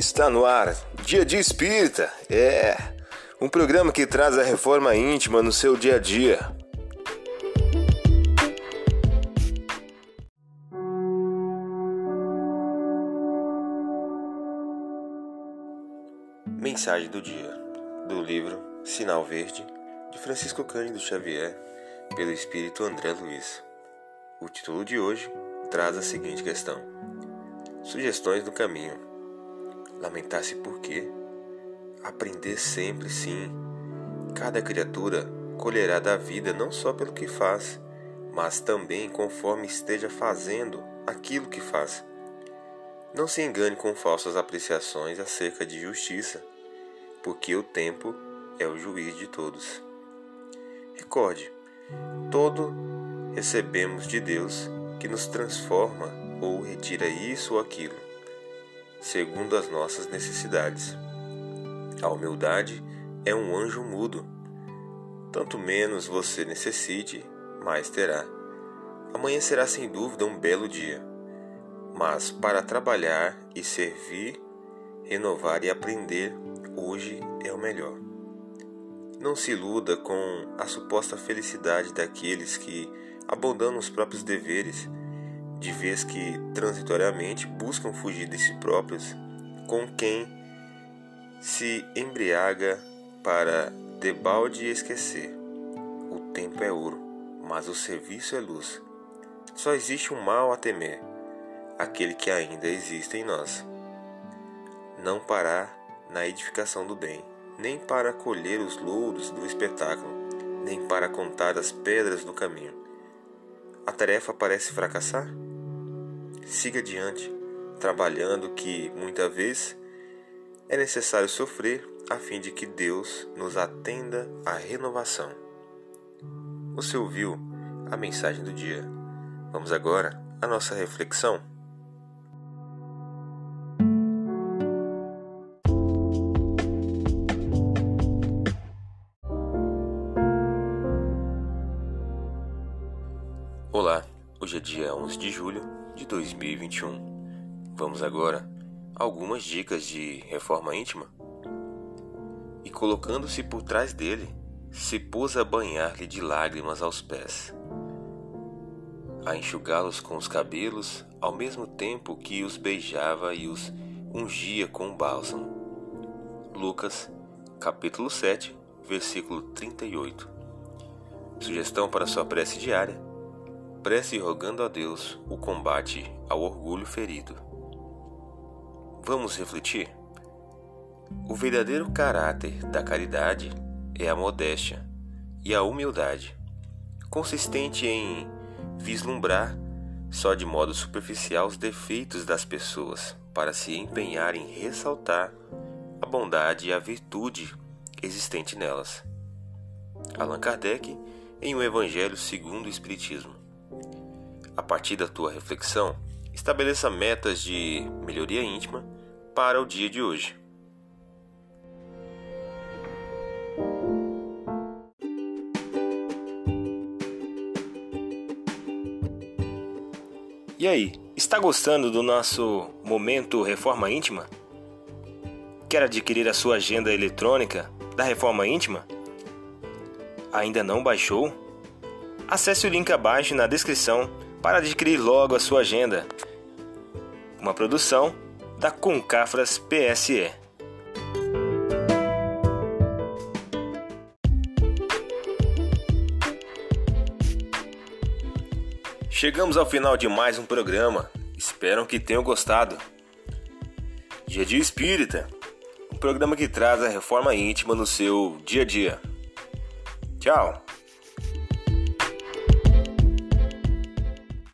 Está no ar, Dia de Espírita, um programa que traz a reforma íntima no seu dia a dia. Mensagem do dia, do livro Sinal Verde, de Francisco Cândido Xavier, pelo Espírito André Luiz. O título de hoje traz a seguinte questão: sugestões do caminho. Lamentar-se por quê? Aprender sempre, sim. Cada criatura colherá da vida não só pelo que faz, mas também conforme esteja fazendo aquilo que faz. Não se engane com falsas apreciações acerca de justiça, porque o tempo é o juiz de todos. Recorde, todo recebemos de Deus, que nos transforma ou retira isso ou aquilo, segundo as nossas necessidades. A humildade é um anjo mudo. Tanto menos você necessite, mais terá. Amanhã será sem dúvida um belo dia, mas para trabalhar e servir, renovar e aprender, hoje é o melhor. Não se iluda com a suposta felicidade daqueles que abandonam os próprios deveres, de vez que transitoriamente buscam fugir de si próprios, com quem se embriaga para debalde esquecer. O tempo é ouro, mas o serviço é luz. Só existe um mal a temer, aquele que ainda existe em nós. Não parar na edificação do bem, nem para colher os louros do espetáculo, nem para contar as pedras do caminho. A tarefa parece fracassar? Siga adiante, trabalhando, que muitas vezes é necessário sofrer a fim de que Deus nos atenda à renovação. Você ouviu a mensagem do dia. Vamos agora à nossa reflexão. Olá, hoje é dia 11 de julho de 2021. Vamos agora a algumas dicas de reforma íntima. E colocando-se por trás dele, se pôs a banhar-lhe de lágrimas aos pés, a enxugá-los com os cabelos, ao mesmo tempo que os beijava e os ungia com bálsamo. Lucas, capítulo 7, versículo 38. Sugestão para sua prece diária: prece rogando a Deus o combate ao orgulho ferido. Vamos refletir? O verdadeiro caráter da caridade é a modéstia e a humildade, consistente em vislumbrar só de modo superficial os defeitos das pessoas, para se empenhar em ressaltar a bondade e a virtude existente nelas. Allan Kardec, em O Evangelho segundo o Espiritismo. A partir da tua reflexão, estabeleça metas de melhoria íntima para o dia de hoje. E aí, está gostando do nosso momento Reforma Íntima? Quer adquirir a sua agenda eletrônica da Reforma Íntima? Ainda não baixou? Acesse o link abaixo na descrição para adquirir logo a sua agenda. Uma produção da Concafras PSE. Chegamos ao final de mais um programa. Espero que tenham gostado. Dia de Espírita, um programa que traz a reforma íntima no seu dia a dia. Tchau!